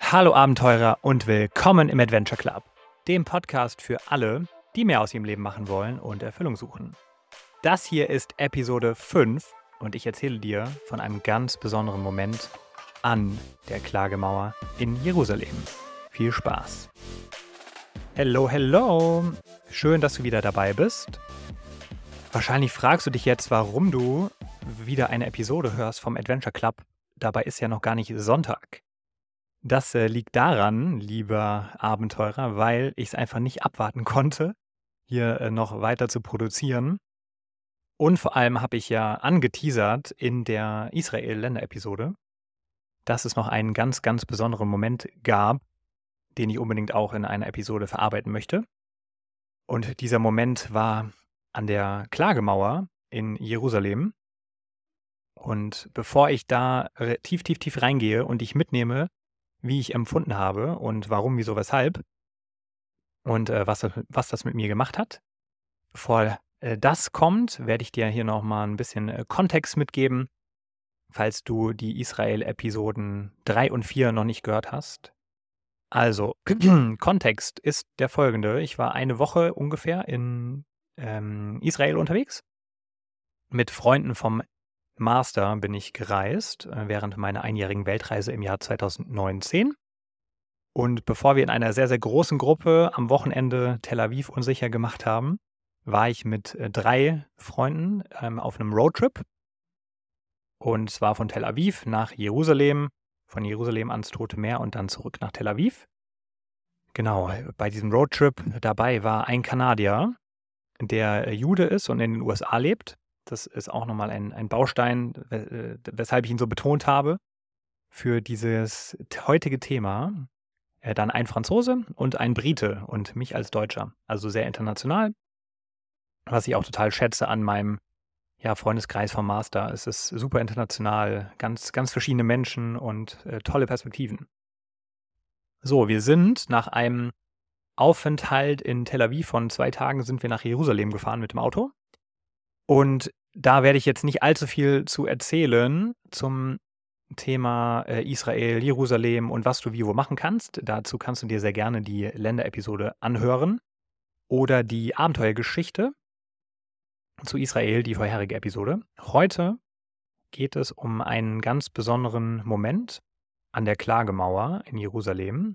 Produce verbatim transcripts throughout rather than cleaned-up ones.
Hallo Abenteurer und willkommen im Adventure Club, dem Podcast für alle, die mehr aus ihrem Leben machen wollen und Erfüllung suchen. Das hier ist Episode fünf und ich erzähle dir von einem ganz besonderen Moment an der Klagemauer in Jerusalem. Viel Spaß! Hello, hello! Schön, dass du wieder dabei bist. Wahrscheinlich fragst du dich jetzt, warum du wieder eine Episode hörst vom Adventure Club. Dabei ist ja noch gar nicht Sonntag. Das äh, liegt daran, lieber Abenteurer, weil ich es einfach nicht abwarten konnte, hier äh, noch weiter zu produzieren. Und vor allem habe ich ja angeteasert in der Israel-Länder-Episode, dass es noch einen ganz, ganz besonderen Moment gab, den ich unbedingt auch in einer Episode verarbeiten möchte. Und dieser Moment war an der Klagemauer in Jerusalem. Und bevor ich da re- tief, tief, tief reingehe und dich mitnehme, wie ich empfunden habe und warum, wieso, weshalb und äh, was, das, was das mit mir gemacht hat. Bevor äh, das kommt, werde ich dir hier nochmal ein bisschen äh, Kontext mitgeben, falls du die Israel-Episoden drei und vier noch nicht gehört hast. Also, Kontext ist der folgende. Ich war eine Woche ungefähr in ähm, Israel unterwegs. Mit Freunden vom Master bin ich gereist äh, während meiner einjährigen Weltreise im Jahr zweitausendneunzehn. Und bevor wir in einer sehr, sehr großen Gruppe am Wochenende Tel Aviv unsicher gemacht haben, war ich mit äh, drei Freunden ähm, auf einem Roadtrip. Und zwar von Tel Aviv nach Jerusalem, von Jerusalem ans Tote Meer und dann zurück nach Tel Aviv. Genau, bei diesem Roadtrip dabei war ein Kanadier, der äh, Jude ist und in den U S A lebt. Das ist auch nochmal ein, ein Baustein, we- äh, weshalb ich ihn so betont habe für dieses heutige Thema. Äh, dann ein Franzose und ein Brite und mich als Deutscher. Also sehr international, was ich auch total schätze an meinem ja, Freundeskreis vom Master. Es ist super international, ganz, ganz verschiedene Menschen und äh, tolle Perspektiven. So, wir sind nach einem Aufenthalt in Tel Aviv von zwei Tagen sind wir nach Jerusalem gefahren mit dem Auto. Und da werde ich jetzt nicht allzu viel zu erzählen zum Thema äh, Israel, Jerusalem und was du wie wo machen kannst. Dazu kannst du dir sehr gerne die Länderepisode anhören oder die Abenteuergeschichte zu Israel, die vorherige Episode. Heute geht es um einen ganz besonderen Moment an der Klagemauer in Jerusalem.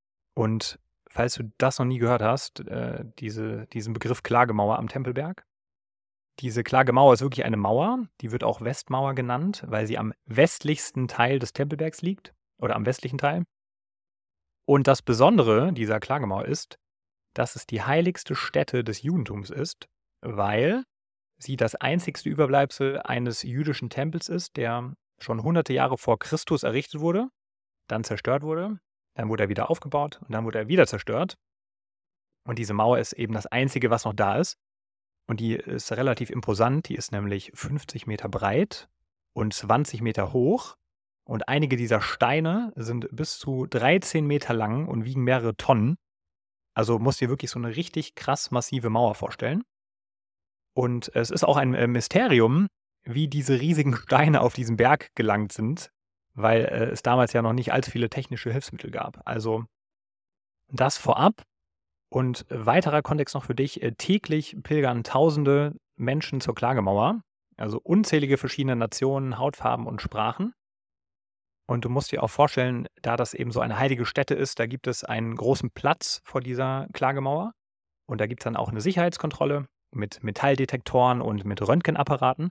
Und falls du das noch nie gehört hast, äh, diese, diesen Begriff Klagemauer am Tempelberg. Diese Klagemauer ist wirklich eine Mauer, die wird auch Westmauer genannt, weil sie am westlichsten Teil des Tempelbergs liegt oder am westlichen Teil. Und das Besondere dieser Klagemauer ist, dass es die heiligste Stätte des Judentums ist, weil sie das einzigste Überbleibsel eines jüdischen Tempels ist, der schon hunderte Jahre vor Christus errichtet wurde, dann zerstört wurde, dann wurde er wieder aufgebaut und dann wurde er wieder zerstört. Und diese Mauer ist eben das Einzige, was noch da ist. Und die ist relativ imposant, die ist nämlich fünfzig Meter breit und zwanzig Meter hoch. Und einige dieser Steine sind bis zu dreizehn Meter lang und wiegen mehrere Tonnen. Also musst dir wirklich so eine richtig krass massive Mauer vorstellen. Und es ist auch ein äh, Mysterium, wie diese riesigen Steine auf diesen Berg gelangt sind, weil äh, es damals ja noch nicht allzu viele technische Hilfsmittel gab. Also das vorab. Und weiterer Kontext noch für dich, äh, täglich pilgern tausende Menschen zur Klagemauer, also unzählige verschiedene Nationen, Hautfarben und Sprachen. Und du musst dir auch vorstellen, da das eben so eine heilige Stätte ist, da gibt es einen großen Platz vor dieser Klagemauer. Und da gibt es dann auch eine Sicherheitskontrolle mit Metalldetektoren und mit Röntgenapparaten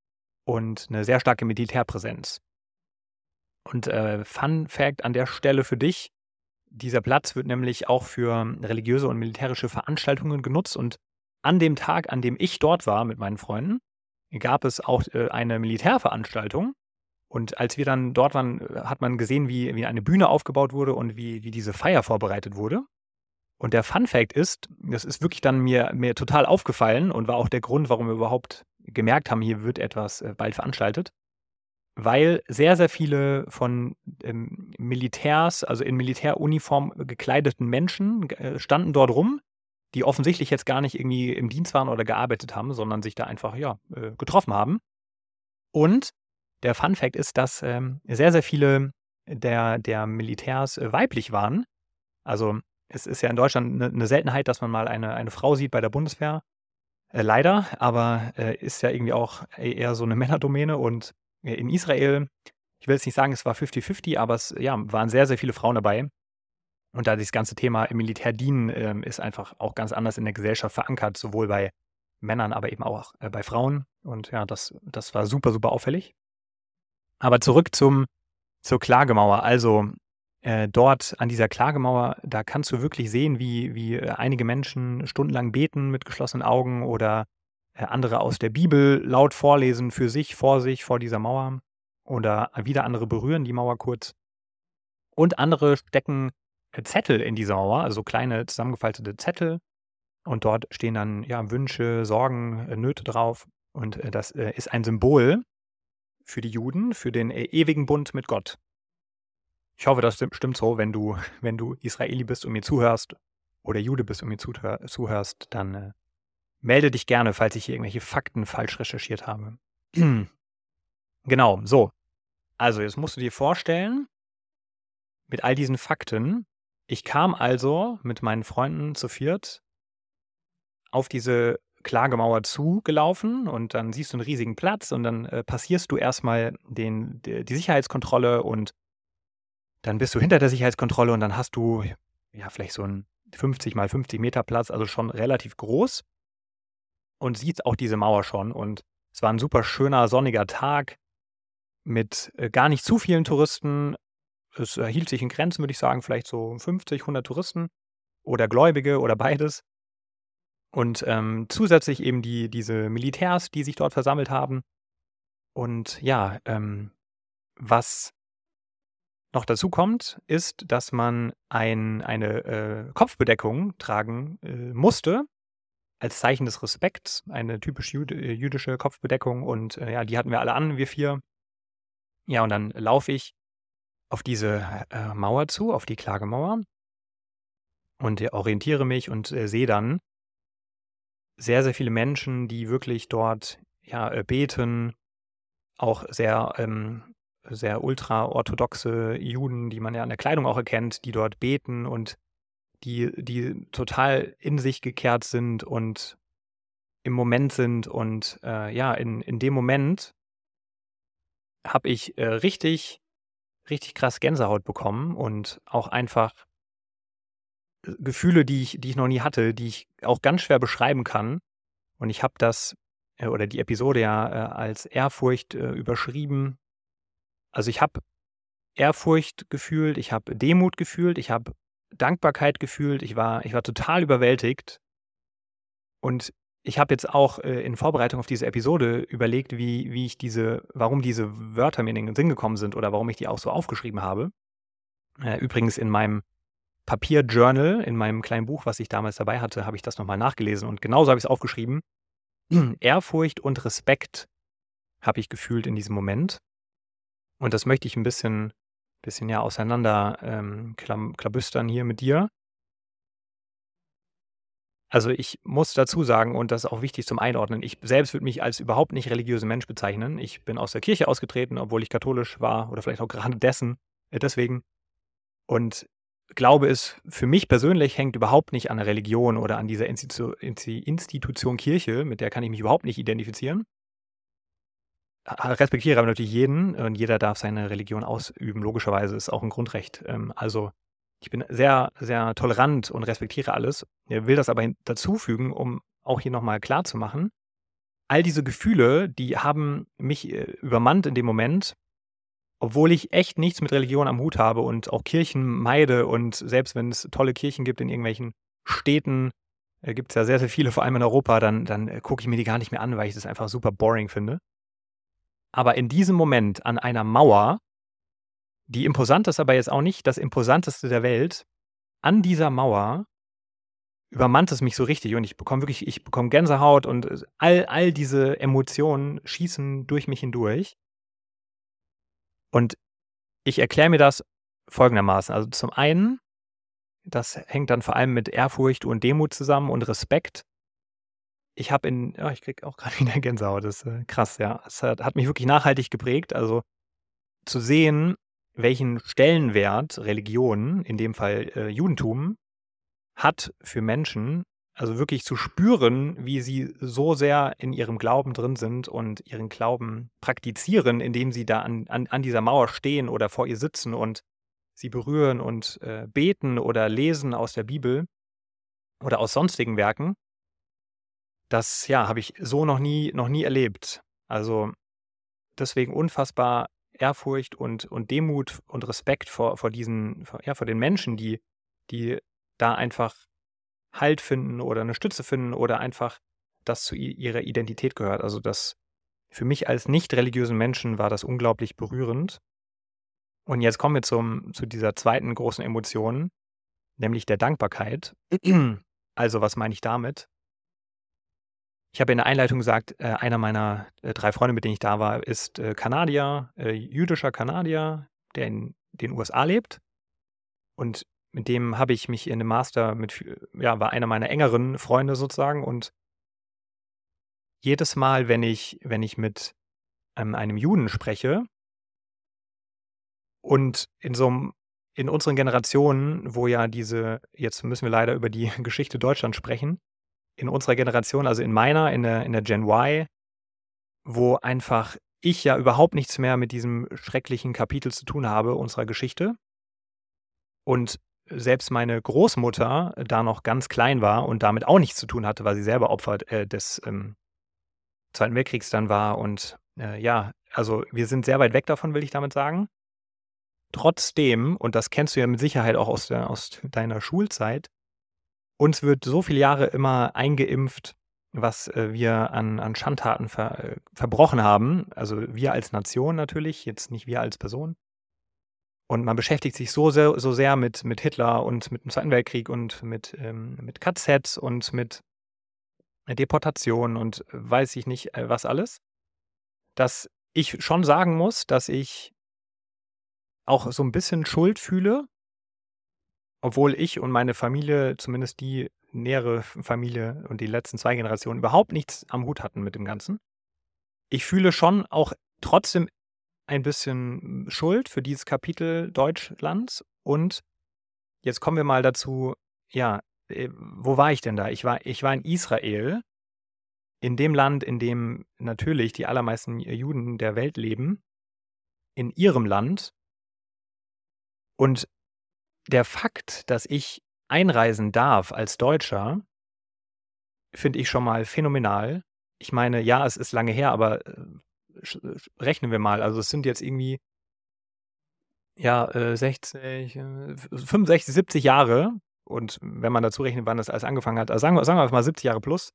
und eine sehr starke Militärpräsenz. Und äh, Fun Fact an der Stelle für dich, dieser Platz wird nämlich auch für religiöse und militärische Veranstaltungen genutzt. Und an dem Tag, an dem ich dort war mit meinen Freunden, gab es auch äh, eine Militärveranstaltung. Und als wir dann dort waren, äh, hat man gesehen, wie, wie eine Bühne aufgebaut wurde und wie, wie diese Feier vorbereitet wurde. Und der Fun Fact ist, das ist wirklich dann mir, mir total aufgefallen und war auch der Grund, warum wir überhaupt gemerkt haben, hier wird etwas äh, bald veranstaltet. Weil sehr, sehr viele von ähm, Militärs, also in Militäruniform gekleideten Menschen äh, standen dort rum, die offensichtlich jetzt gar nicht irgendwie im Dienst waren oder gearbeitet haben, sondern sich da einfach ja, äh, getroffen haben. Und der Fun Fact ist, dass ähm, sehr, sehr viele der, der Militärs äh, weiblich waren. Also es ist ja in Deutschland eine ne Seltenheit, dass man mal eine, eine Frau sieht bei der Bundeswehr. Äh, leider, aber äh, ist ja irgendwie auch e- eher so eine Männerdomäne. Und äh, in Israel, ich will jetzt nicht sagen, es war fünfzig fünfzig, aber es ja, waren sehr, sehr viele Frauen dabei. Und da dieses ganze Thema im Militär dienen ähm, ist einfach auch ganz anders in der Gesellschaft verankert, sowohl bei Männern, aber eben auch äh, bei Frauen. Und ja, das, das war super, super auffällig. Aber zurück zum, zur Klagemauer. Also äh, dort an dieser Klagemauer, da kannst du wirklich sehen, wie, wie äh, einige Menschen stundenlang beten mit geschlossenen Augen oder äh, andere aus der Bibel laut vorlesen für sich, vor sich, vor dieser Mauer. Oder wieder andere berühren die Mauer kurz. Und andere stecken äh, Zettel in diese Mauer, also kleine zusammengefaltete Zettel. Und dort stehen dann ja Wünsche, Sorgen, äh, Nöte drauf. Und äh, das äh, ist ein Symbol für die Juden, für den äh, ewigen Bund mit Gott. Ich hoffe, das stimmt, stimmt so. Wenn du, wenn du Israeli bist und mir zuhörst oder Jude bist und mir zuhör, zuhörst, dann äh, melde dich gerne, falls ich hier irgendwelche Fakten falsch recherchiert habe. Genau, so. Also, jetzt musst du dir vorstellen, mit all diesen Fakten, ich kam also mit meinen Freunden zu viert auf diese Klagemauer zugelaufen und dann siehst du einen riesigen Platz und dann äh, passierst du erstmal den, die, die Sicherheitskontrolle und dann bist du hinter der Sicherheitskontrolle und dann hast du ja vielleicht so einen fünfzig mal fünfzig Meter Platz, also schon relativ groß und siehst auch diese Mauer schon. Und es war ein super schöner, sonniger Tag mit äh, gar nicht zu vielen Touristen. Es äh, hielt sich in Grenzen, würde ich sagen, vielleicht so fünfzig, hundert Touristen oder Gläubige oder beides. Und ähm, zusätzlich eben die, diese Militärs, die sich dort versammelt haben. Und ja, ähm, was noch dazu kommt, ist, dass man ein, eine äh, Kopfbedeckung tragen äh, musste, als Zeichen des Respekts, eine typisch jüd äh, jüdische Kopfbedeckung. Und äh, ja, die hatten wir alle an, wir vier. Ja, und dann laufe ich auf diese äh, Mauer zu, auf die Klagemauer und äh, orientiere mich und äh, sehe dann sehr, sehr viele Menschen, die wirklich dort ja, äh, beten, auch sehr, ähm, sehr ultraorthodoxe Juden, die man ja an der Kleidung auch erkennt, die dort beten und die, die total in sich gekehrt sind und im Moment sind. Und äh, ja, in, in dem Moment habe ich äh, richtig, richtig krass Gänsehaut bekommen und auch einfach äh, Gefühle, die ich, die ich noch nie hatte, die ich auch ganz schwer beschreiben kann. Und ich habe das äh, oder die Episode ja äh, als Ehrfurcht äh, überschrieben. Also ich habe Ehrfurcht gefühlt, ich habe Demut gefühlt, ich habe Dankbarkeit gefühlt, ich war, ich war total überwältigt. Und ich habe jetzt auch äh, in Vorbereitung auf diese Episode überlegt, wie, wie ich diese, warum diese Wörter mir in den Sinn gekommen sind oder warum ich die auch so aufgeschrieben habe. Äh, übrigens in meinem Papierjournal, in meinem kleinen Buch, was ich damals dabei hatte, habe ich das nochmal nachgelesen und genauso habe ich es aufgeschrieben. Ehrfurcht und Respekt habe ich gefühlt in diesem Moment. Und das möchte ich ein bisschen, bisschen ja auseinander ähm, klam klabüstern hier mit dir. Also ich muss dazu sagen, und das ist auch wichtig zum Einordnen, ich selbst würde mich als überhaupt nicht religiösen Mensch bezeichnen. Ich bin aus der Kirche ausgetreten, obwohl ich katholisch war oder vielleicht auch gerade dessen, äh, deswegen. Und Glaube ist für mich persönlich hängt überhaupt nicht an der Religion oder an dieser Institu Insti Institution Kirche, mit der kann ich mich überhaupt nicht identifizieren. Ha respektiere aber natürlich jeden und jeder darf seine Religion ausüben. Logischerweise ist auch ein Grundrecht. Ähm, also, ich bin sehr, sehr tolerant und respektiere alles, äh, will das aber hin dazufügen, um auch hier noch mal klarzumachen, all diese Gefühle, die haben mich, äh, übermannt in dem Moment, obwohl ich echt nichts mit Religion am Hut habe und auch Kirchen meide und selbst wenn es tolle Kirchen gibt in irgendwelchen Städten, äh, gibt's ja sehr, sehr viele, vor allem in Europa, dann dann, äh, gucke ich mir die gar nicht mehr an, weil ich das einfach super boring finde. Aber in diesem Moment an einer Mauer, die imposant ist, aber jetzt auch nicht das Imposanteste der Welt, an dieser Mauer übermannt es mich so richtig und ich bekomme wirklich ich bekomme Gänsehaut und, äh, all all diese Emotionen schießen durch mich hindurch. Und ich erkläre mir das folgendermaßen. Also, zum einen, das hängt dann vor allem mit Ehrfurcht und Demut zusammen und Respekt. Ich habe in ja, ich kriege auch grad wieder Gänsehaut, das ist, äh, krass, ja. Es hat hat mich wirklich nachhaltig geprägt. Also, zu sehen, welchen Stellenwert Religion, in dem Fall äh, Judentum, hat für Menschen, also wirklich zu spüren, wie sie so sehr in ihrem Glauben drin sind und ihren Glauben praktizieren, indem sie da an, an, an dieser Mauer stehen oder vor ihr sitzen und sie berühren und äh, beten oder lesen aus der Bibel oder aus sonstigen Werken. Das, ja, habe ich so noch nie, noch nie erlebt. Also deswegen unfassbar Ehrfurcht und, und Demut und Respekt vor, vor diesen, vor, ja, vor den Menschen, die, die da einfach Halt finden oder eine Stütze finden oder einfach das zu i- ihrer Identität gehört. Also das für mich als nicht religiösen Menschen war das unglaublich berührend. Und jetzt kommen wir zum, zu dieser zweiten großen Emotion, nämlich der Dankbarkeit. Also was meine ich damit? Ich habe in der Einleitung gesagt, äh, einer meiner äh, drei Freunde, mit denen ich da war, ist äh, Kanadier, äh, jüdischer Kanadier, der in den U S A lebt. Und mit dem habe ich mich in dem Master mit, viel- ja, war einer meiner engeren Freunde sozusagen. Und jedes Mal, wenn ich, wenn ich mit ähm, einem Juden spreche und in so einem, in unseren Generationen, wo ja diese, jetzt müssen wir leider über die Geschichte Deutschlands sprechen, in unserer Generation, also in meiner, in der, in der Gen Y, wo einfach ich ja überhaupt nichts mehr mit diesem schrecklichen Kapitel zu tun habe unserer Geschichte und selbst meine Großmutter da noch ganz klein war und damit auch nichts zu tun hatte, weil sie selber Opfer äh, des ähm, Zweiten Weltkriegs dann war und äh, ja, also wir sind sehr weit weg davon, will ich damit sagen. Trotzdem, und das kennst du ja mit Sicherheit auch aus der aus deiner Schulzeit, uns wird so viele Jahre immer eingeimpft, was, äh, wir an an Schandtaten ver äh, verbrochen haben. Also, wir als Nation natürlich, jetzt nicht wir als Person. Und man beschäftigt sich so sehr so sehr mit mit Hitler und mit dem Zweiten Weltkrieg und mit, ähm mit K Zs und mit Deportationen und weiß ich nicht, äh, was alles, dass ich schon sagen muss, dass ich auch so 'n bisschen Schuld fühle, obwohl ich und meine Familie, zumindest die nähere F Familie und die letzten zwei Generationen überhaupt nichts am Hut hatten mit dem Ganzen. Ich fühle schon auch trotzdem ein bisschen Schuld für dieses Kapitel Deutschlands. Und jetzt kommen wir mal dazu, ja, äh, wo war ich denn da? Ich war ich war in Israel, in dem Land, in dem natürlich die allermeisten Juden der Welt leben, in ihrem Land. Und der Fakt, dass ich einreisen darf als Deutscher, finde ich schon mal phänomenal. Ich meine, ja, es ist lange her, aber, äh, sch sch rechnen wir mal. Also, es sind jetzt irgendwie, ja, äh, sechzig, äh, f fünfundsechzig, siebzig Jahre. Und wenn man dazu rechnet, wann das alles angefangen hat, also, sagen wir sagen wir einfach mal siebzig Jahre plus.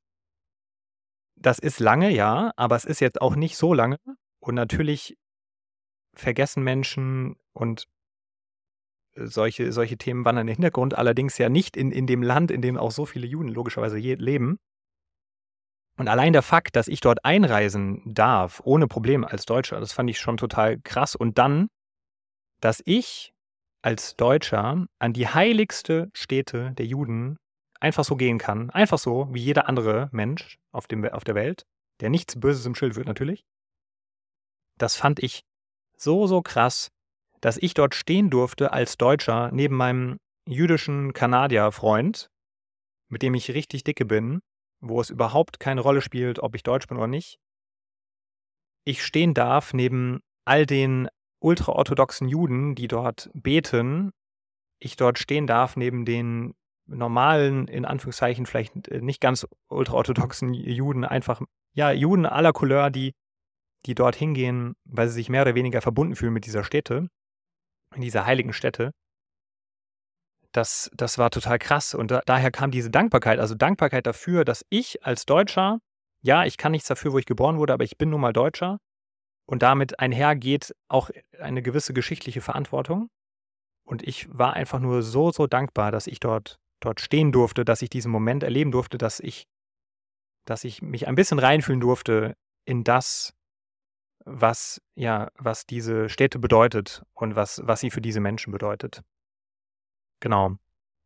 Das ist lange, ja, aber es ist jetzt auch nicht so lange. Und natürlich vergessen Menschen und, äh, solche solche Themen wandern in den Hintergrund, allerdings ja nicht in in dem Land, in dem auch so viele Juden logischerweise je leben. Und allein der Fakt, dass ich dort einreisen darf, ohne Probleme als Deutscher, das fand ich schon total krass. Und dann, dass ich als Deutscher an die heiligste Stätte der Juden einfach so gehen kann, einfach so wie jeder andere Mensch auf dem auf der Welt, der nichts Böses im Schild führt natürlich. Das fand ich so, so krass, dass ich dort stehen durfte als Deutscher neben meinem jüdischen Kanadier-Freund, mit dem ich richtig dicke bin, wo es überhaupt keine Rolle spielt, ob ich deutsch bin oder nicht. Ich stehen darf neben all den ultraorthodoxen Juden, die dort beten. Ich dort stehen darf neben den normalen, in Anführungszeichen vielleicht äh, nicht ganz ultraorthodoxen Juden, einfach, ja, Juden aller Couleur, die die dort hingehen, weil sie sich mehr oder weniger verbunden fühlen mit dieser Stätte, in dieser heiligen Stätte. Das das war total krass und da daher kam diese Dankbarkeit, also Dankbarkeit dafür, dass ich als Deutscher, ja, ich kann nichts dafür, wo ich geboren wurde, aber ich bin nun mal Deutscher und damit einhergeht auch eine gewisse geschichtliche Verantwortung. Und ich war einfach nur so, so dankbar, dass ich dort dort stehen durfte, dass ich diesen Moment erleben durfte, dass ich dass ich mich ein bisschen reinfühlen durfte in das, was ja, was diese Stätte bedeutet und was was sie für diese Menschen bedeutet. Genau.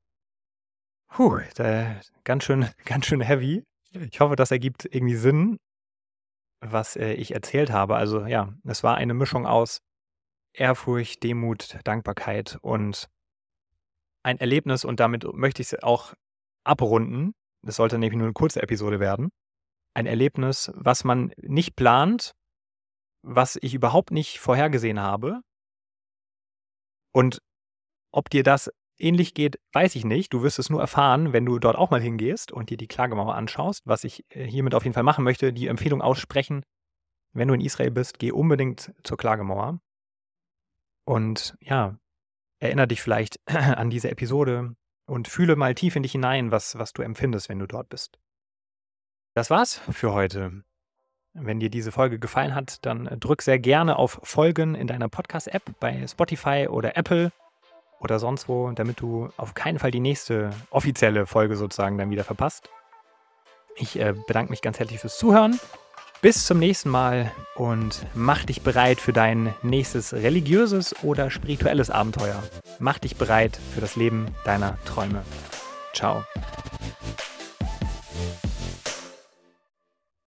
Puh, da ganz schön ganz schön heavy. Ich hoffe, das ergibt irgendwie Sinn, was, äh, ich erzählt habe. Also, ja, es war eine Mischung aus Ehrfurcht, Demut, Dankbarkeit und ein Erlebnis, und damit möchte ich es auch abrunden. Das sollte nämlich nur eine kurze Episode werden. Ein Erlebnis, was man nicht plant, was ich überhaupt nicht vorhergesehen habe. Und ob dir das ähnlich geht, weiß ich nicht. Du wirst es nur erfahren, wenn du dort auch mal hingehst und dir die Klagemauer anschaust, was ich äh, hiermit auf jeden Fall machen möchte, die Empfehlung aussprechen. Wenn du in Israel bist, geh unbedingt zur Klagemauer. Und ja, erinnere dich vielleicht an diese Episode und fühle mal tief in dich hinein, was, was du empfindest, wenn du dort bist. Das war's für heute. Wenn dir diese Folge gefallen hat, dann drück sehr gerne auf Folgen in deiner Podcast-App bei Spotify oder Apple oder sonst wo, damit du auf keinen Fall die nächste offizielle Folge sozusagen dann wieder verpasst. Ich äh, bedanke mich ganz herzlich fürs Zuhören. Bis zum nächsten Mal und mach dich bereit für dein nächstes religiöses oder spirituelles Abenteuer. Mach dich bereit für das Leben deiner Träume. Ciao.